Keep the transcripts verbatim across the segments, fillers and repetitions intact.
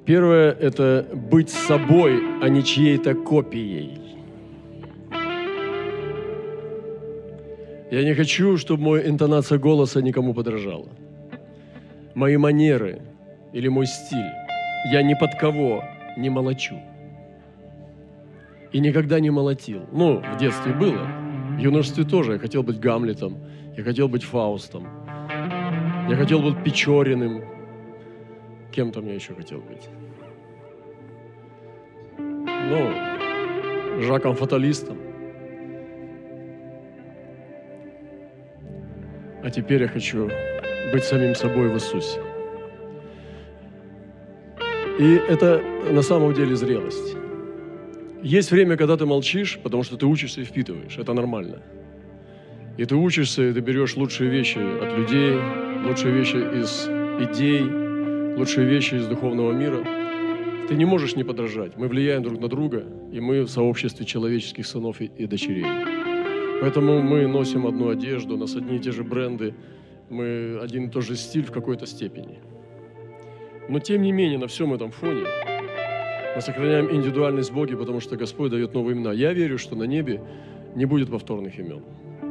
Первое – это быть собой, а не чьей-то копией. Я не хочу, чтобы моя интонация голоса никому подражала. Мои манеры или мой стиль я ни под кого не молочу. И никогда не молотил. Ну, в детстве было. В юношестве тоже. Я хотел быть Гамлетом. Я хотел быть Фаустом. Я хотел быть Печориным. Кем там я еще хотел быть? Ну, Жаком Фаталистом. А теперь я хочу быть самим собой в Иисусе. И это на самом деле зрелость. Есть время, когда ты молчишь, потому что ты учишься и впитываешь. Это нормально. И ты учишься, и ты берешь лучшие вещи от людей, лучшие вещи из идей, лучшие вещи из духовного мира. Ты не можешь не подражать. Мы влияем друг на друга, и мы в сообществе человеческих сынов и, и дочерей. Поэтому мы носим одну одежду, у нас одни и те же бренды, мы один и тот же стиль в какой-то степени. Но тем не менее, на всем этом фоне мы сохраняем индивидуальность Бога, потому что Господь дает новые имена. Я верю, что на небе не будет повторных имен.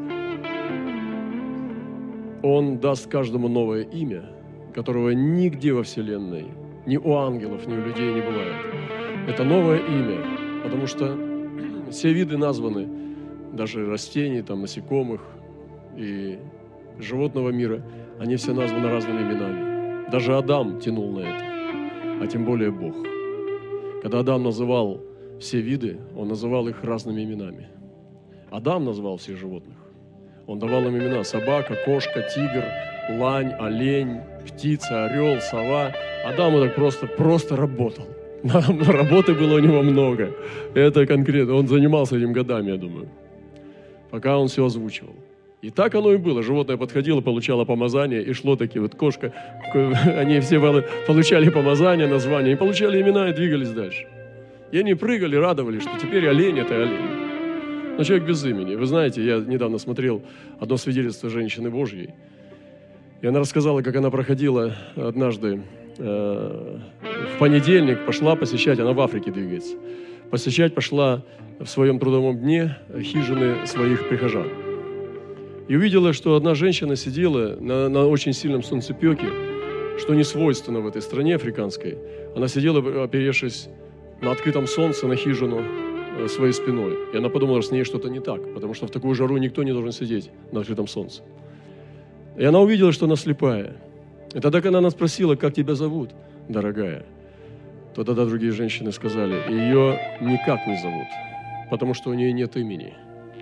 Он даст каждому новое имя, которого нигде во Вселенной, ни у ангелов, ни у людей не бывает. Это новое имя, потому что все виды названы, даже растений, там, насекомых и животного мира, они все названы разными именами. Даже Адам тянул на это, а тем более Бог. Когда Адам называл все виды, он называл их разными именами. Адам назвал всех животных. Он давал им имена: собака, кошка, тигр, лань, олень, птица, орел, сова. Адам вот так просто, просто работал. Работы было у него много. Это конкретно. Он занимался этим годами, я думаю, пока он все озвучивал. И так оно и было. Животное подходило, получало помазание, и шло таки вот кошка. Они все получали помазание, название, и получали имена, и двигались дальше. И они прыгали, радовались, что теперь олень – это олень. Но человек без имени. Вы знаете, я недавно смотрел одно свидетельство женщины Божьей, и она рассказала, как она проходила однажды э, в понедельник, пошла посещать, она в Африке двигается, посещать пошла в своем трудовом дне хижины своих прихожан. И увидела, что одна женщина сидела на, на очень сильном солнцепеке, что не свойственно в этой стране африканской. Она сидела, оперевшись на открытом солнце, на хижину своей спиной. И она подумала, что с ней что-то не так, потому что в такую жару никто не должен сидеть на открытом солнце. И она увидела, что она слепая. И тогда, когда она спросила, как тебя зовут, дорогая, то тогда другие женщины сказали, ее никак не зовут, потому что у нее нет имени.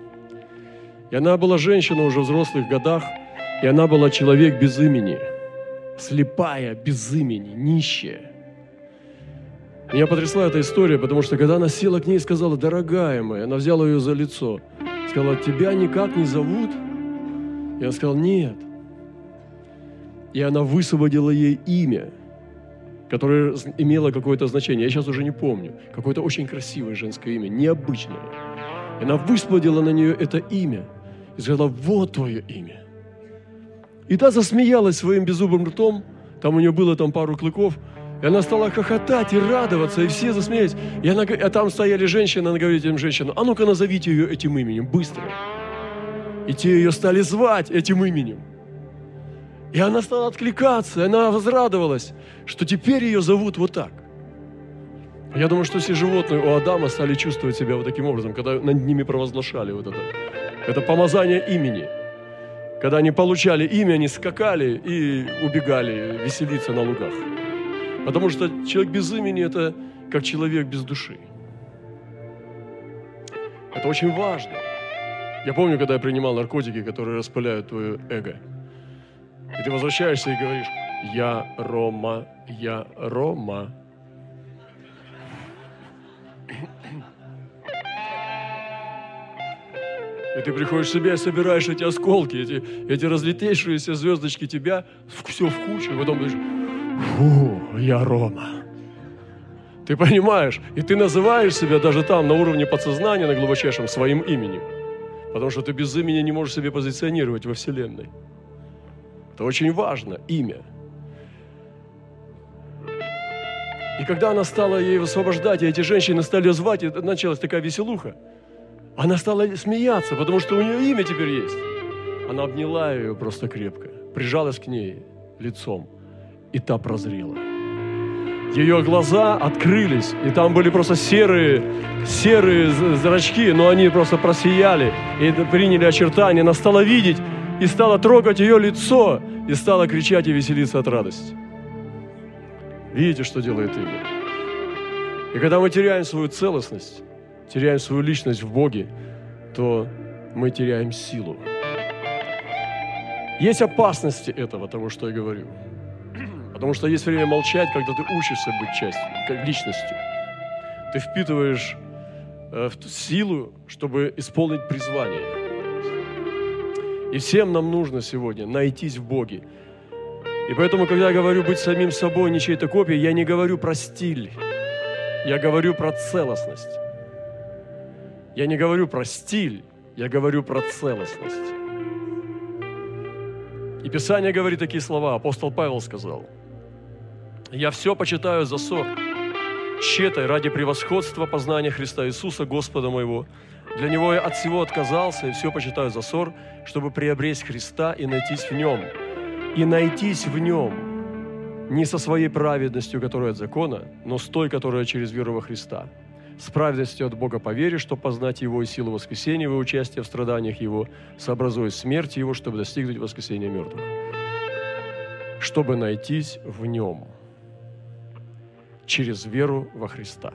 И она была женщина уже в взрослых годах, и она была человек без имени, слепая, без имени, нищая. Меня потрясла эта история, потому что когда она села к ней и сказала, дорогая моя, она взяла ее за лицо, сказала, тебя никак не зовут? И она сказала, нет. И она высвободила ей имя, которое имело какое-то значение. Я сейчас уже не помню. Какое-то очень красивое женское имя, необычное. И она высвободила на нее это имя и сказала, вот твое имя. И та засмеялась своим беззубым ртом, там у нее было там пару клыков, и она стала хохотать и радоваться, и все засмеялись. И она, а там стояли женщины, она говорит этим женщинам, а ну-ка назовите ее этим именем, быстро. И те ее стали звать этим именем. И она стала откликаться, и она возрадовалась, что теперь ее зовут вот так. Я думаю, что все животные у Адама стали чувствовать себя вот таким образом, когда над ними провозглашали вот это. Это помазание имени. Когда они получали имя, они скакали и убегали веселиться на лугах. Потому что человек без имени – это как человек без души. Это очень важно. Я помню, когда я принимал наркотики, которые распыляют твое эго. И ты возвращаешься и говоришь, я Рома, я Рома. И ты приходишь в себя и собираешь эти осколки, эти, эти разлетевшиеся звездочки тебя, все в кучу, и потом говоришь, фу, я Рома. Ты понимаешь, и ты называешь себя даже там, на уровне подсознания, на глубочайшем, своим именем. Потому что ты без имени не можешь себя позиционировать во Вселенной. Это очень важно, имя. И когда она стала ей высвобождать, и эти женщины стали ее звать, и началась такая веселуха, она стала смеяться, потому что у нее имя теперь есть. Она обняла ее просто крепко, прижалась к ней лицом, и та прозрела. Ее глаза открылись, и там были просто серые, серые зрачки, но они просто просияли и приняли очертания. Она стала видеть и стала трогать ее лицо, и стала кричать и веселиться от радости. Видите, что делает имя? И когда мы теряем свою целостность, теряем свою личность в Боге, то мы теряем силу. Есть опасности этого, того, что я говорю. Потому что есть время молчать, когда ты учишься быть частью, как личностью. Ты впитываешь э, силу, чтобы исполнить призвание. И всем нам нужно сегодня найтись в Боге. И поэтому, когда я говорю быть самим собой, не чьей-то копией, я не говорю про стиль. Я говорю про целостность. Я не говорю про стиль, я говорю про целостность. И Писание говорит такие слова. Апостол Павел сказал: «Я все почитаю за ссор, тщетой ради превосходства познания Христа Иисуса, Господа моего. Для Него я от всего отказался, и все почитаю за ссор, чтобы приобрести Христа и найтись в Нем. И найтись в Нем не со своей праведностью, которая от закона, но с той, которая через веру во Христа. С праведностью от Бога по вере, чтобы познать Его и силу воскресения, Его участие в страданиях Его, сообразуясь смерти Его, чтобы достигнуть воскресения мертвых. Чтобы найтись в Нем через веру во Христа».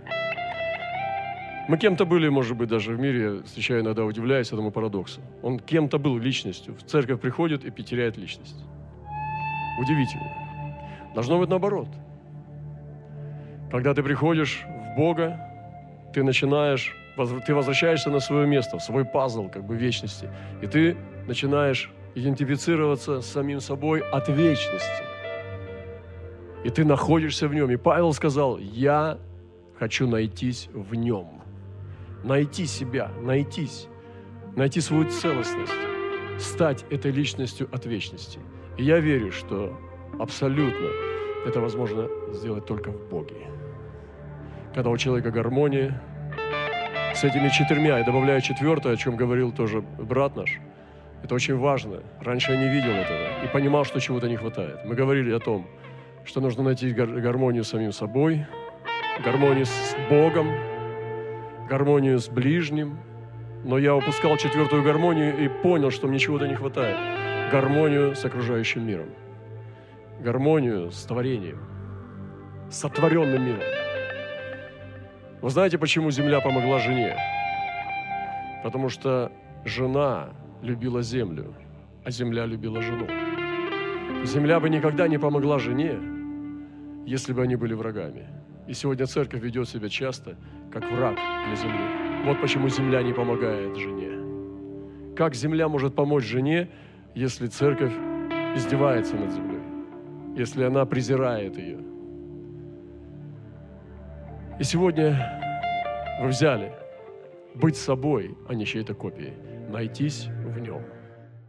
Мы кем-то были, может быть, даже в мире, я встречаю иногда, удивляюсь этому парадоксу. Он кем-то был личностью, в церковь приходит и теряет личность. Удивительно. Должно быть наоборот. Когда ты приходишь в Бога, ты начинаешь, ты возвращаешься на свое место, в свой пазл как бы вечности, и ты начинаешь идентифицироваться с самим собой от вечности. И ты находишься в Нем. И Павел сказал: «Я хочу найтись в Нем». Найти себя, найтись, найти свою целостность, стать этой личностью от вечности. И я верю, что абсолютно это возможно сделать только в Боге. Когда у человека гармония с этими четырьмя, и добавляю четвертое, о чем говорил тоже брат наш, это очень важно. Раньше я не видел этого и понимал, что чего-то не хватает. Мы говорили о том, что нужно найти гармонию с самим собой, гармонию с Богом, гармонию с ближним. Но я упускал четвертую гармонию и понял, что мне чего-то не хватает. Гармонию с окружающим миром. Гармонию с творением. С сотворенным миром. Вы знаете, почему земля помогла жене? Потому что жена любила землю, а земля любила жену. Земля бы никогда не помогла жене, если бы они были врагами. И сегодня церковь ведет себя часто как враг для земли. Вот почему земля не помогает жене. Как земля может помочь жене, если церковь издевается над землей, если она презирает ее? И сегодня вы взяли быть собой, а не чьей-то копией, найтись в Нем.